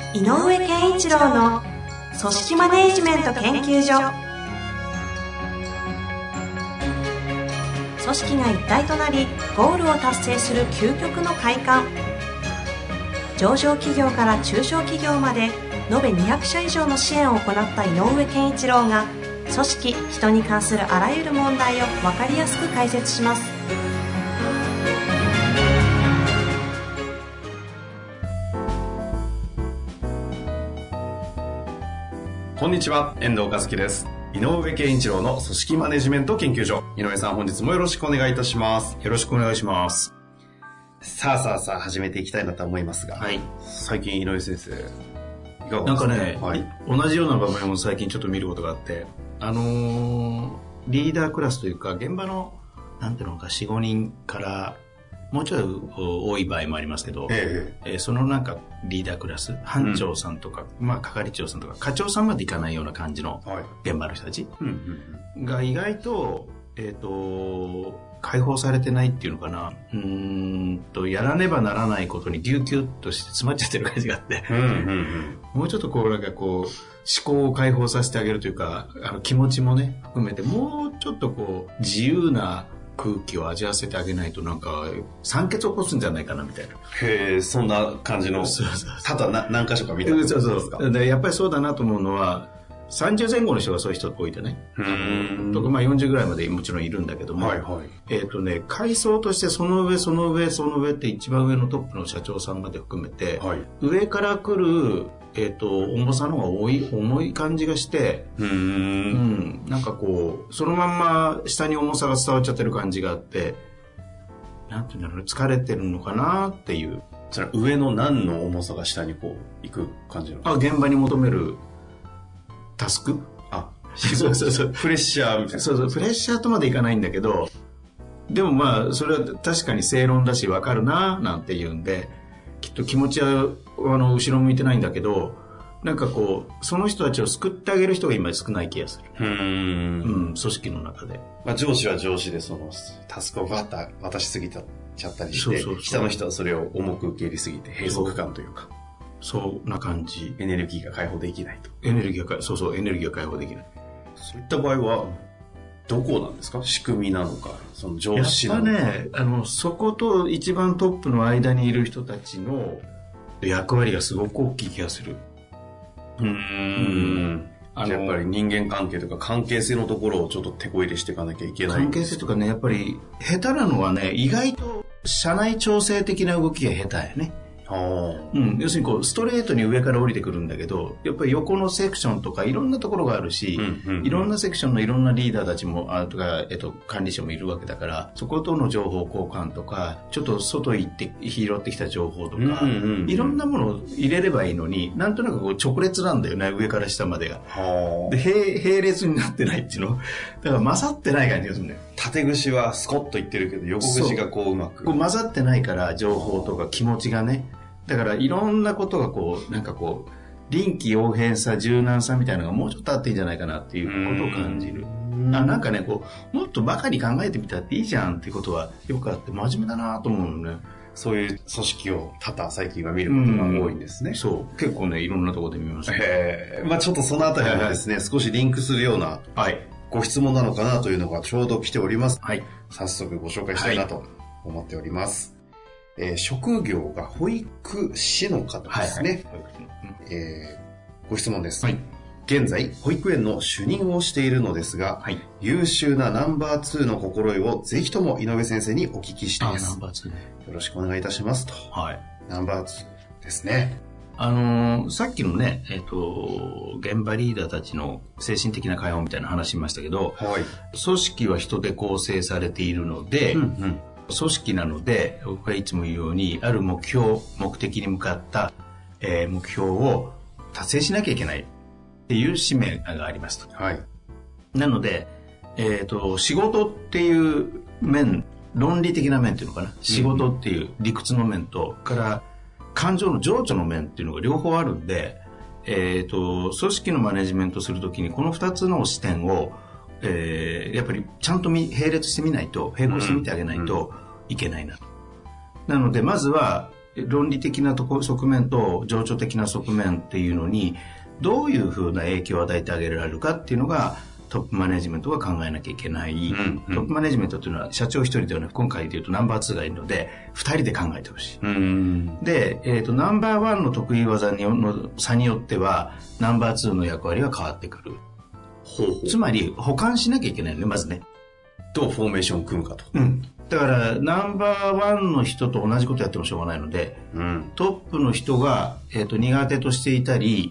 井上健一郎の組織マネジメント研究所。組織が一体となりゴールを達成する究極の快感。上場企業から中小企業まで延べ200社以上の支援を行った井上健一郎が、組織・人に関するあらゆる問題を分かりやすく解説します。 こんにちは、遠藤和樹です。井上健一郎の組織マネジメント研究所。井上さん、本日もよろしくお願いいたします。 よろしくお願いします。 さあ始めていきたいなと思いますが、はい、最近井上先生いかがですか？ なんかね、 はい、 同じような場面を最近ちょっと見ることがあって、リーダークラスというか現場のなんていうのか 4,5 人からもうちょい多い場合もありますけど、そのなんかリーダークラス、班長さんとか、係長さんとか課長さんまでいかないような感じの現場の人たちが意外と、解放されてないっていうのかな、やらねばならないことにギュッとして詰まっちゃってる感じがあって、もうちょっとこうなんかこう思考を解放させてあげるというか、気持ちもね含めてもうちょっとこう自由な空気を味わわせてあげないとなんか酸欠を起こすんじゃないかなみたいな。 へえ、そんな感じの。ただ何箇所か見たんですか？ そうでやっぱりそうだなと思うのは、30前後の人がそういう人が多いてね。とか40ぐらいまでもちろんいるんだけども、階層としてその上って一番上のトップの社長さんまで含めて、上から来る重さの方が重い感じがして、なんかこうそのまんま下に重さが伝わっちゃってる感じがあって、なんていうんだろうね、疲れてるのかなっていう。 それは上の何の重さが下にこう行く感じなの？ 現場に求めるタスク？ そうプレッシャーみたいな。 そうプレッシャーとまでいかないんだけど、でもまあそれは確かに正論だし分かるななんていうんで、きっと気持ちは後ろ向いてないんだけど、なんかこうその人たちを救ってあげる人が今少ない気がする。組織の中で、 上司は上司でそのタスクをバッと渡しすぎちゃったりして、下の人はそれを重く受け入れすぎて閉塞感というか、 そんな感じ。 エネルギーが解放できないと。 エネルギーが解放できない。 そういった場合はどこなんですか？仕組みなのか、その上司なのか。 やっぱね、そこと一番トップの間にいる人たちの役割がすごく大きい気がする。 やっぱり人間関係とか関係性のところをちょっと手こ入れしていかなきゃいけない。 関係性とかね、やっぱり下手なのはね、意外と社内調整的な動きが下手やね。要するにこうストレートに上から降りてくるんだけど、やっぱり横のセクションとかいろんなところがあるし、いろんなセクションのいろんなリーダーたちもとか、管理者もいるわけだから、そことの情報交換とか、ちょっと外行って拾ってきた情報とか、いろんなものを入れればいいのに、なんとなくこう直列なんだよね、上から下までが。で並列になってないっていうの。だから混ざってない感じがするんだよ。 縦串はスコッといってるけど、横串がこううまく。 こう混ざってないから、情報とか気持ちがね。だからいろんなことがこうなんかこう臨機応変さ、柔軟さみたいなのがもうちょっとあっていいんじゃないかなっていうことを感じる。なんかね、こうもっとバカに考えてみたっていいじゃんっていうことはよくあって、真面目だなと思うのね。 そういう組織を最近は見ることが多いんですね。 そう結構ね、いろんなところで見ます。 ちょっとそのあたりはですね、少しリンクするようなご質問なのかなというのがちょうど来ております。早速ご紹介したいなと思っております。職業が保育士の方ですね。ご質問です。現在保育園の主任をしているのですが、優秀なナンバー2の心得をぜひとも井上先生にお聞きしたいです。 ナンバー2ね。 よろしくお願いいたしますと。ナンバー2ですね。 さっきのね、現場リーダーたちの精神的な解放みたいな話しましたけど、組織は人で構成されているので、組織なので、僕がいつも言うように、ある目的に向かった、目標を達成しなきゃいけないっていう使命がありますと。なので、仕事っていう面、論理的な面っていうのかな、仕事っていう理屈の面と、から感情の情緒の面っていうのが両方あるんで、組織のマネジメントするときにこの2つの視点をやっぱりちゃんと並列してみないと、並行してみてあげないといけないな。なのでまずは、 論理的な側面と情緒的な側面っていうのにどういうふうな影響を与えてあげられるかっていうのがトップマネジメントが考えなきゃいけない、トップマネジメントっていうのは社長一人ではなく今回でいうとナンバー2がいるので2人で考えてほしい、で、ナンバー1の得意技の差によってはナンバー2の役割は変わってくる。つまり補完しなきゃいけないのね、まずね。 どうフォーメーションを組むかと。 だからナンバーワンの人と同じことやってもしょうがないので、トップの人が、苦手としていたり、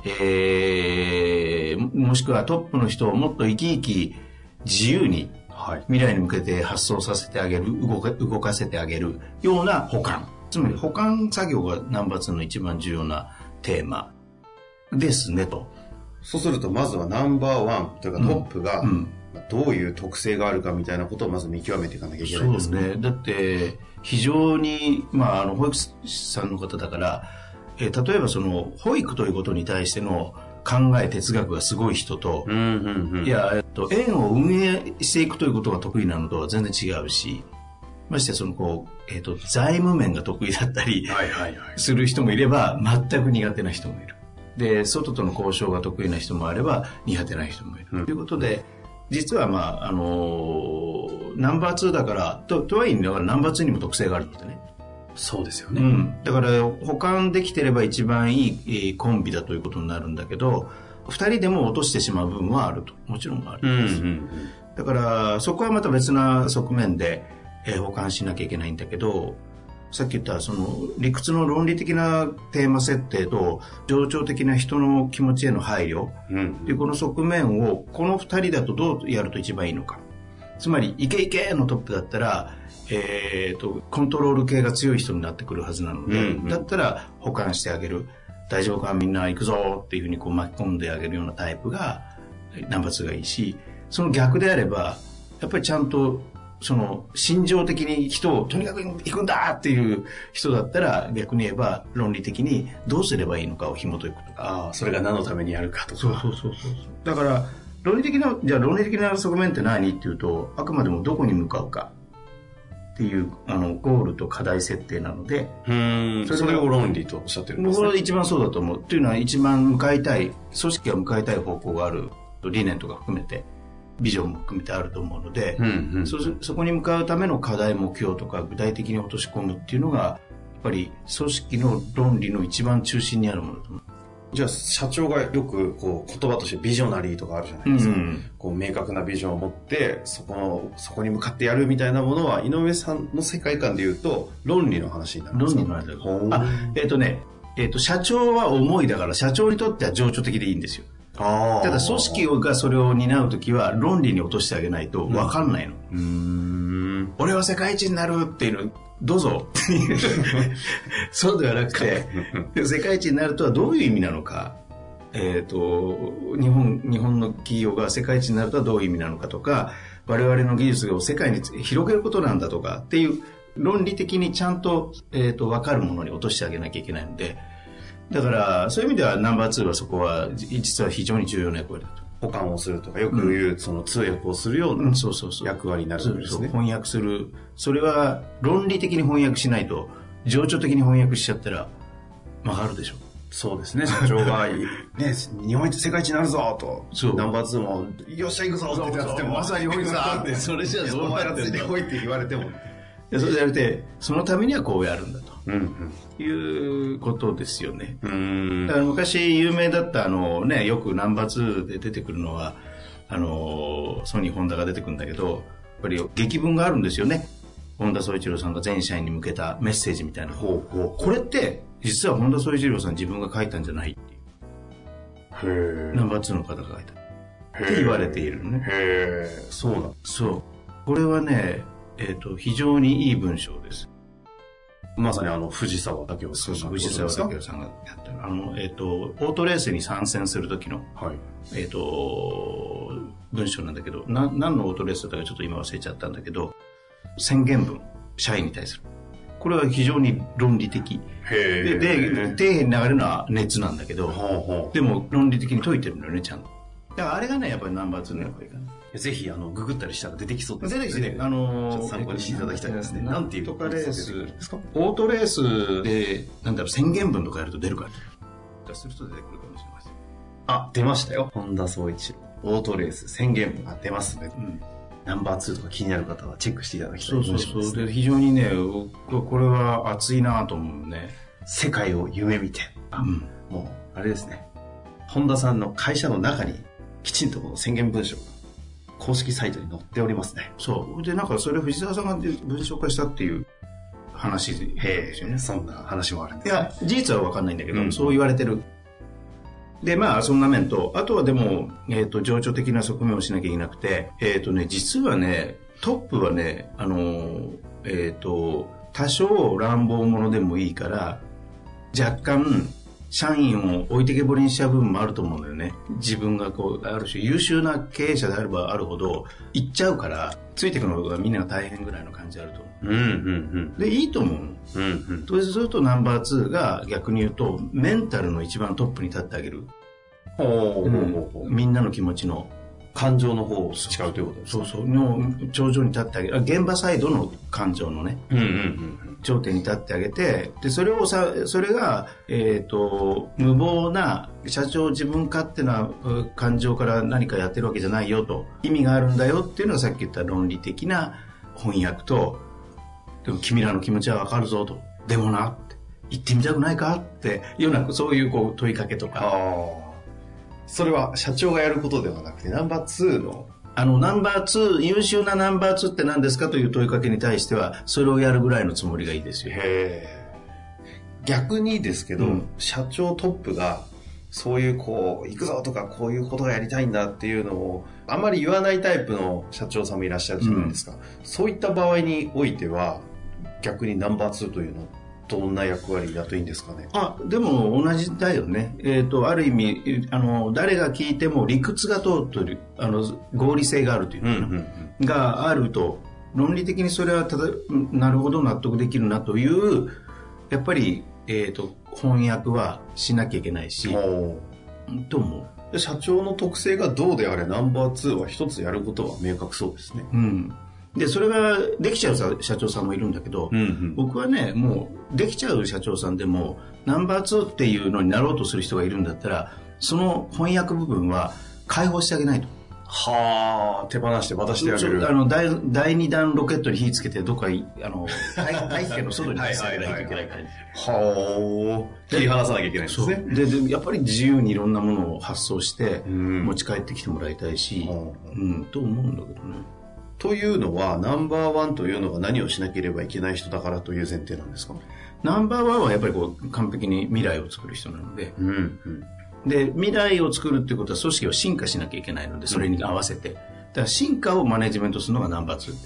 もしくはトップの人をもっと生き生き自由に未来に向けて発想させてあげる、動かせてあげるような補完。つまり補完作業がナンバー2の一番重要なテーマですねと。 そうするとまずはナンバーワンというかトップが、どういう特性があるかみたいなことをまず見極めていかなきゃいけないんですね。 そうですね。だって非常に、保育士さんの方だから、例えばその保育ということに対しての考え哲学がすごい人と、いや、園を運営していくということが得意なのとは全然違うし、ましてその財務面が得意だったりする人もいれば全く苦手な人もいる。で、外との交渉が得意な人もあれば苦手な人もいる。ということで、実はナンバー2だからとはいえだからナンバー2にも特性があるのでね。 そうですよね。 だから補完できてれば一番いいコンビだということになるんだけど、2人でも落としてしまう部分はあると。もちろんあるんです。だからそこはまた別な側面で、補完しなきゃいけないんだけど、さっき言ったその理屈の論理的なテーマ設定と情緒的な人の気持ちへの配慮、でこの側面をこの2人だとどうやると一番いいのか。つまりイケイケのトップだったら、コントロール系が強い人になってくるはずなので、だったら補完してあげる、大丈夫かみんな行くぞっていうふうに巻き込んであげるようなタイプがナンバー2がいいし、その逆であればやっぱりちゃんとその心情的に人をとにかく行くんだっていう人だったら逆に言えば論理的にどうすればいいのかを紐解くとか、 それが何のためにやるかとか。 そうだから論理的な側面って何っていうと、あくまでもどこに向かうかっていうゴールと課題設定なので、 それを論理とおっしゃってるんですね。 僕は一番そうだと思う。っていうのは一番向かいたい、組織が向かいたい方向がある、理念とか含めてビジョンも含めてあると思うので、そこに向かうための課題目標とか具体的に落とし込むっていうのがやっぱり組織の論理の一番中心にあるものだと思う。 じゃあ社長がよく言葉としてビジョナリーとかあるじゃないですか、明確なビジョンを持ってそこに向かってやるみたいなものは井上さんの世界観でいうと論理の話になるんですか。 論理の話だ。社長は思いだから社長にとっては情緒的でいいんですよ。ただ組織がそれを担うときは論理に落としてあげないと分かんないの。俺は世界一になるっていうのどうぞっていうそうではなくて世界一になるとはどういう意味なのか、日本の企業が世界一になるとはどういう意味なのかとか、我々の技術を世界に広げることなんだとかっていう論理的にちゃんと、分かるものに落としてあげなきゃいけないので、だからそういう意味ではナンバー2はそこは実は非常に重要な役割だと。 補完をするとかよく言う、その通訳をするような役割になるんですね。 翻訳する。それは論理的に翻訳しないと、情緒的に翻訳しちゃったら曲がるでしょ。 そうですね。社長が日本一世界一になるぞと、ナンバー2もよっしゃ行くぞってやってもまさに日本一だってそれじゃどうなってんだ。 ついてこいって言われても。 そうじゃなくて、そのためにはこうやるんだと、いうことですよね。だから昔有名だったよくナンバー2で出てくるのはソニーホンダが出てくるんだけど、やっぱり劇文があるんですよね。本田宗一郎さんが全社員に向けたメッセージみたいな。これって実は本田宗一郎さん自分が書いたんじゃないっていう。ナンバー2の方が書いたって言われているのね。 そうなん。 そう。これはね。非常にいい文章です。 まさに藤沢武雄さん。 藤沢武雄さんがやってる。オートレースに参戦する時の、文章なんだけど、何のオートレースだったかちょっと今忘れちゃったんだけど、宣言文、社員に対する。これは非常に論理的。で、底辺に流れるのは熱なんだけど、でも論理的に解いてるんだよね、ちゃんと。だからあれがね、やっぱりナンバー2の役割かな。 ぜひ、ググったりしたら出てきそうですね。出てきて、 参考にしていただきたいですね。なんていうオートレースで、宣言文とかやると出るから。すると出てくるかもしれません。 あ、出ましたよ。本田宗一郎。オートレース宣言文が出ますね。ナンバー2とか気になる方はチェックしていただきたいと思います。 そう。で、非常にね、これは熱いなと思うね。 世界を夢見て。もう、あれですね。本田さんの会社の中に、きちんとこの宣言文章が公式サイトに載っておりますね。 そう。で、それ藤沢さんが文章化したっていう話ですよね。 そんな話もあるんです、 ね。いや、事実は分かんないんだけど、そう言われてる。で、そんな面と、あとはでも、情緒的な側面をしなきゃいけなくて、実はね、トップはね、多少乱暴者でもいいから、若干、社員を置いてけぼりにしちゃう部分もあると思うんだよね。自分がある種優秀な経営者であればあるほど、行っちゃうから、ついていくのがみんなが大変ぐらいの感じあると思う。で、いいと思う。そうするとナンバー2が逆に言うと、メンタルの一番トップに立ってあげる。みんなの気持ちの。 感情の方を培うということですか？ そう。の頂上に立ってあげる。現場サイドの感情のね。頂点に立ってあげて、で、それが、無謀な社長自分勝手な感情から何かやってるわけじゃないよと、意味があるんだよっていうのはさっき言った論理的な翻訳と、でも君らの気持ちはわかるぞと、でもなって、言ってみたくないかっていうような、そういう問いかけとか。 それは社長がやることではなくて、ナンバー2のナンバー2、優秀なナンバー2って何ですかという問いかけに対しては、それをやるぐらいのつもりがいいですよ。 逆にですけど、社長トップが、そういう行くぞとか、こういうことがやりたいんだっていうのを、あまり言わないタイプの社長さんもいらっしゃるじゃないですか。そういった場合においては、逆にナンバー2というのは、どんな役割だといいんですかね。 でも同じだよね。ある意味、誰が聞いても理屈が通っている、合理性があるというのがあると、論理的にそれはなるほど納得できるなという、やっぱり、翻訳はしなきゃいけないし、と思う。社長の特性がどうであれ、ナンバー2は一つやることは明確そうですね。 で、それができちゃう社長さんもいるんだけど、僕はね、もうできちゃう社長さんでも、ナンバー2っていうのになろうとする人がいるんだったら、その翻訳部分は解放してあげないと。 手放して渡してあげる。 第2弾ロケットに火つけて、どっか、大気圏の外に出してあげないといけないから。 切り離さなきゃいけないんですね。 で、やっぱり自由にいろんなものを発想して、持ち帰ってきてもらいたいし、と思うんだけどね。 というのは、ナンバー1というのが何をしなければいけない人だからという前提なんですか？ ナンバー1はやっぱり完璧に未来を作る人なので、で、未来を作るっていうことは組織を進化しなきゃいけないので、それに合わせて。だから進化をマネジメントするのがナンバー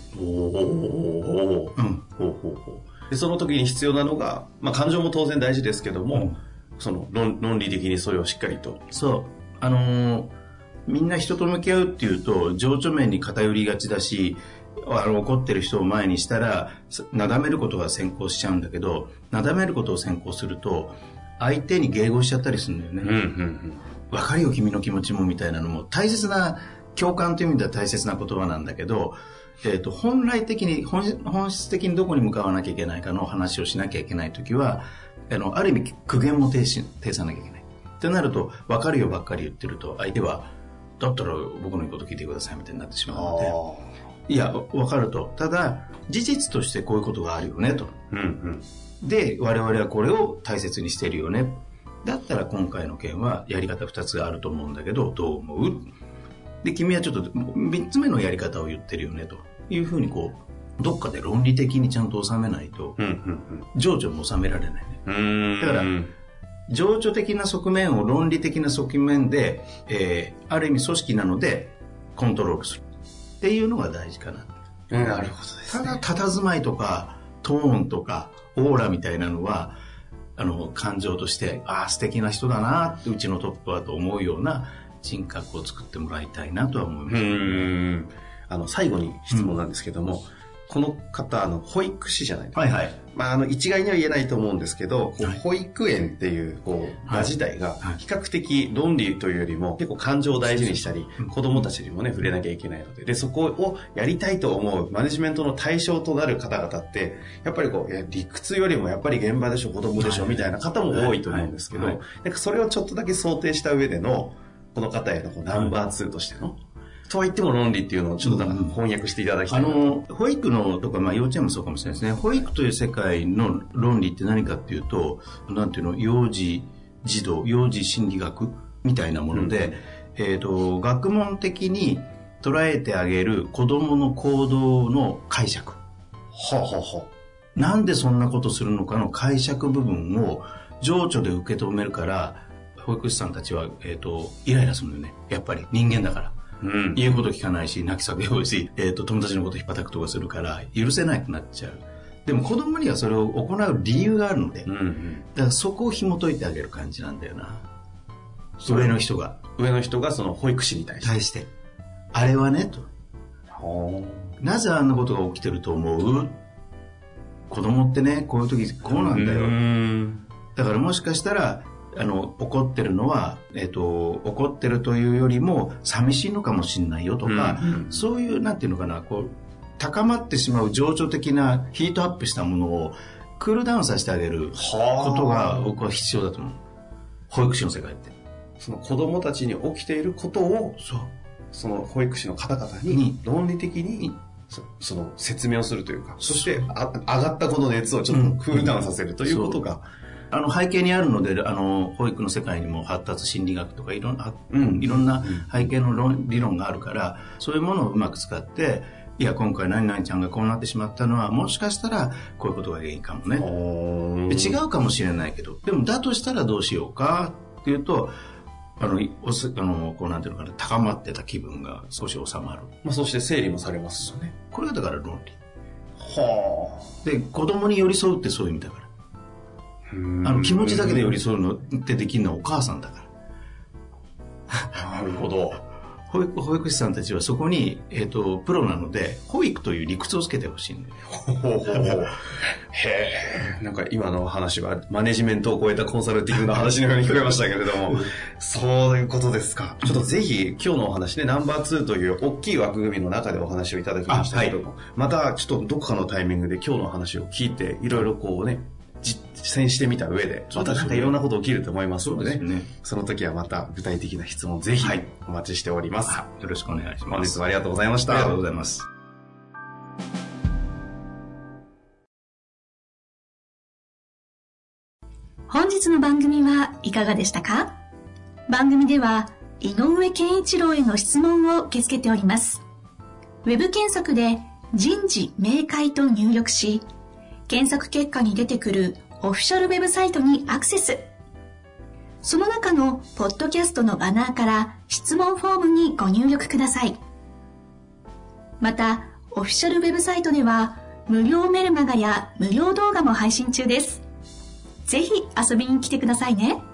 2。 で、その時に必要なのが、感情も当然大事ですけども、その論理的にそれをしっかりと。 そう。みんな人と向き合うっていうと情緒面に偏りがちだし、怒ってる人を前にしたらなだめることが先行しちゃうんだけど、なだめることを先行すると相手に迎合しちゃったりするんだよね。わかるよ君の気持ちもみたいなのも大切な、共感という意味では大切な言葉なんだけど、本来的に本質的にどこに向かわなきゃいけないかの話をしなきゃいけないときは、ある意味苦言も呈さなきゃいけないってなると、わかるよばっかり言ってると相手はだったら僕の言うこと聞いてくださいみたいになってしまうので、いや分かると、ただ事実としてこういうことがあるよねと、で我々はこれを大切にしているよね、だったら今回の件はやり方2つあると思うんだけどどう思う、で君はちょっと3つ目のやり方を言ってるよねというふうにどっかで論理的にちゃんと収めないと、情緒も収められないね。だから情緒的な側面を論理的な側面で、ある意味組織なのでコントロールするっていうのが大事かな。 なるほどです、 ね。ただ佇まいとかトーンとかオーラみたいなのは感情として素敵な人だなってうちのトップはと思うような人格を作ってもらいたいなとは思います。 最後に質問なんですけども、 この方、保育士じゃないですか。 はいはい。 一概には言えないと思うんですけど、保育園っていう、場自体が、比較的論理というよりも、結構感情を大事にしたり、子供たちにもね、触れなきゃいけないので、で、そこをやりたいと思う、マネジメントの対象となる方々って、やっぱり理屈よりもやっぱり現場でしょ、子供でしょ、みたいな方も多いと思うんですけど、なんかそれをちょっとだけ想定した上での、この方へのナンバー2としての、とは言っても論理っていうのをちょっと翻訳していただきたい。 保育のとか、幼稚園もそうかもしれないですね。保育という世界の論理って何かっていうと、なんていうの、幼児児童、幼児心理学みたいなもので、学問的に捉えてあげる子供の行動の解釈。なんでそんなことするのかの解釈部分を情緒で受け止めるから、保育士さんたちは、イライラするのよね。やっぱり人間だから。言うこと聞かないし、泣き叫ぶし、友達のこと引っ叩くとかするから、許せなくなっちゃう。でも子供にはそれを行う理由があるので、だからそこを紐解いてあげる感じなんだよな。上の人がその保育士に対して。 あれはね、と。なぜあんなことが起きてると思う？子供ってね、こういう時こうなんだよ。だからもしかしたら、怒ってるのは、怒ってるというよりも寂しいのかもしれないよとか、そういう、なんていうのかな、高まってしまう情緒的なヒートアップしたものをクールダウンさせてあげることが僕は必要だと思う。保育士の世界って。 その子供たちに起きていることを、その保育士の方々に論理的に、その説明をするというか、そして上がったこの熱をちょっとクールダウンさせるということが、 背景にあるので、保育の世界にも発達心理学とかいろんな背景の理論があるから、そういうものをうまく使って、いや、今回何々ちゃんがこうなってしまったのは、もしかしたらこういうことが原因かもね。違うかもしれないけど、でもだとしたらどうしようかっていうと、こうなんていうのかな、高まってた気分が少し収まる。 そして整理もされますよね。 これがだから論理。で、子供に寄り添うってそういう意味だから。気持ちだけで寄り添うのってできるのはお母さんだから。 なるほど。 保育士さんたちはそこに、プロなので、保育という理屈をつけてほしいんだよ。 なんか今の話はマネジメントを超えたコンサルティングの話のように聞こえましたけれども、そういうことですか。ちょっとぜひ今日のお話ね、ナンバー2という大きい枠組みの中でお話をいただきましたけれども、またちょっとどこかのタイミングで今日の話を聞いて、いろいろ実践してみた上で、またなんかいろんなこと起きると思いますのでね。その時はまた具体的な質問ぜひお待ちしております。 よろしくお願いします。 本日はありがとうございました。 ありがとうございます。 本日の番組はいかがでしたか？番組では井上健一郎への質問を受け付けております。ウェブ検索で人事明快と入力し、検索結果に出てくるオフィシャルウェブサイトにアクセス。その中のポッドキャストのバナーから質問フォームにご入力ください。また、オフィシャルウェブサイトでは無料メルマガや無料動画も配信中です。ぜひ遊びに来てくださいね。